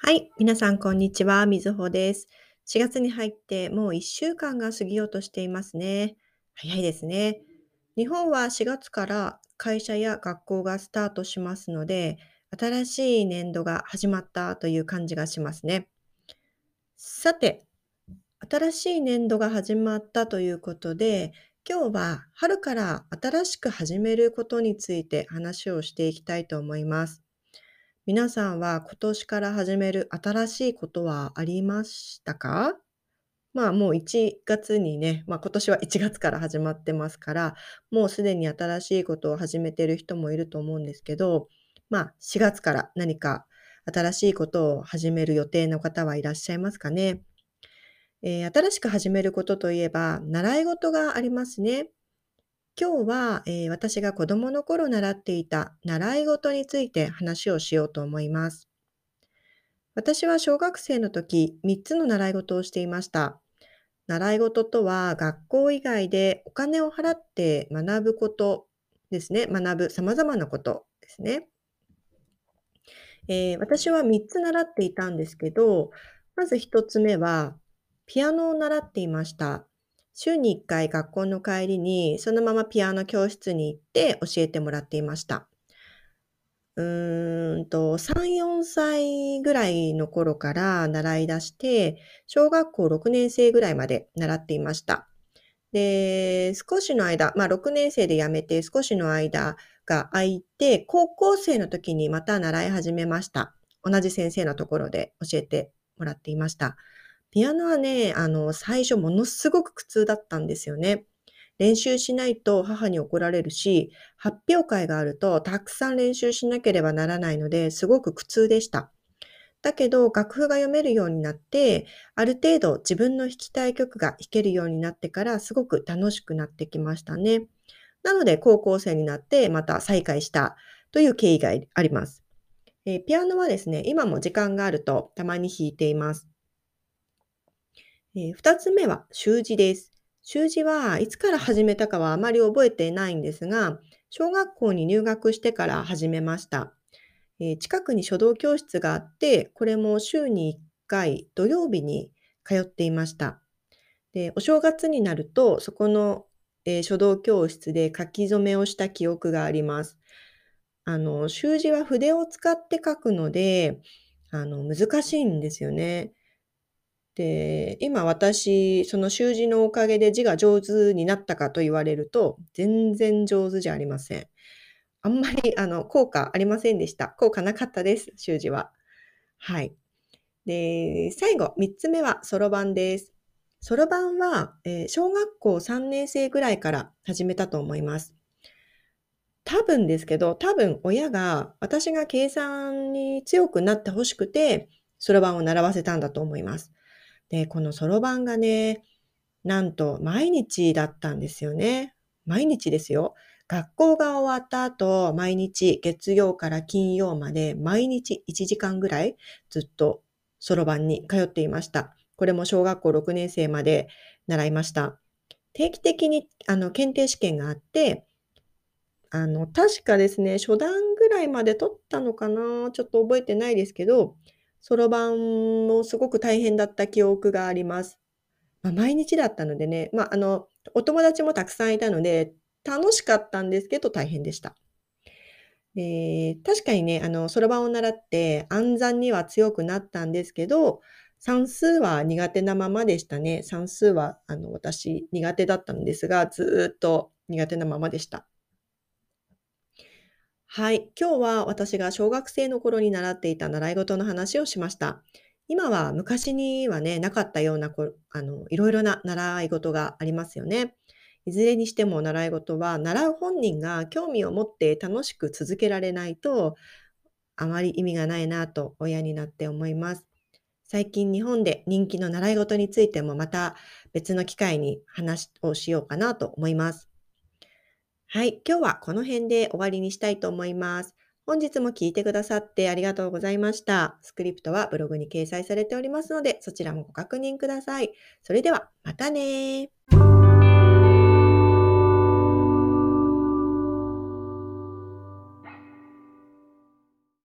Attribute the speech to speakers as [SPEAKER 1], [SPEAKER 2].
[SPEAKER 1] はい、皆さんこんにちは、みずほです。4月に入ってもう1週間が過ぎようとしていますね。早いですね。日本は4月から会社や学校がスタートしますので、新しい年度が始まったという感じがしますね。さて、新しい年度が始まったということで、今日は春から新しく始めることについて話をしていきたいと思います。皆さんは今年から始める新しいことはありましたか？もう1月にね、今年は1月から始まってますから、もうすでに新しいことを始めている人もいると思うんですけど、4月から何か新しいことを始める予定の方はいらっしゃいますかね？新しく始めることといえば、習い事がありますね。今日は、私が子供の頃習っていた習い事について話をしようと思います。私は小学生の時、3つの習い事をしていました。習い事とは、学校以外でお金を払って学ぶことですね。学ぶ様々なことですね。私は3つ習っていたんですけど、まず1つ目は、ピアノを習っていました。週に1回学校の帰りに、そのままピアノ教室に行って教えてもらっていました。3、4歳ぐらいの頃から習い出して、小学校6年生ぐらいまで習っていました。で、少しの間、6年生で辞めて少しの間が空いて、高校生の時にまた習い始めました。同じ先生のところで教えてもらっていました。ピアノはね、最初ものすごく苦痛だったんですよね。練習しないと母に怒られるし、発表会があるとたくさん練習しなければならないので、すごく苦痛でした。だけど、楽譜が読めるようになって、ある程度自分の弾きたい曲が弾けるようになってから、すごく楽しくなってきましたね。なので、高校生になってまた再開したという経緯があります。ピアノはですね、今も時間があるとたまに弾いています。2つ目は習字です。習字はいつから始めたかはあまり覚えていないんですが、小学校に入学してから始めました。近くに書道教室があって、これも週に1回土曜日に通っていました。で、お正月になると、そこの、書道教室で書き初めをした記憶があります。習字は筆を使って書くので、難しいんですよね。で、今私、その習字のおかげで字が上手になったかと言われると、全然上手じゃありません。あんまり効果ありませんでした。効果なかったです、習字は。はい。で、最後、3つ目はそろばんです。そろばんは、小学校3年生ぐらいから始めたと思います。多分ですけど、多分親が私が計算に強くなって欲しくて、そろばんを習わせたんだと思います。で、このそろばんがね、なんと毎日だったんですよね。毎日ですよ。学校が終わった後、毎日月曜から金曜まで毎日1時間ぐらいずっとそろばんに通っていました。これも小学校6年生まで習いました。定期的に検定試験があって、確かですね、初段ぐらいまで取ったのかな、ちょっと覚えてないですけど、そろばんもすごく大変だった記憶があります。毎日だったのでね、お友達もたくさんいたので、楽しかったんですけど大変でした。確かにね、そろばんを習って暗算には強くなったんですけど、算数は苦手なままでしたね。算数は、私苦手だったんですが、ずっと苦手なままでした。はい。今日は私が小学生の頃に習っていた習い事の話をしました。今は昔にはね、なかったようないろいろな習い事がありますよね。いずれにしても習い事は、習う本人が興味を持って楽しく続けられないと、あまり意味がないなと親になって思います。最近日本で人気の習い事についてもまた別の機会に話をしようかなと思います。はい、今日はこの辺で終わりにしたいと思います。本日も聞いてくださってありがとうございました。スクリプトはブログに掲載されておりますので、そちらもご確認ください。それでは、またね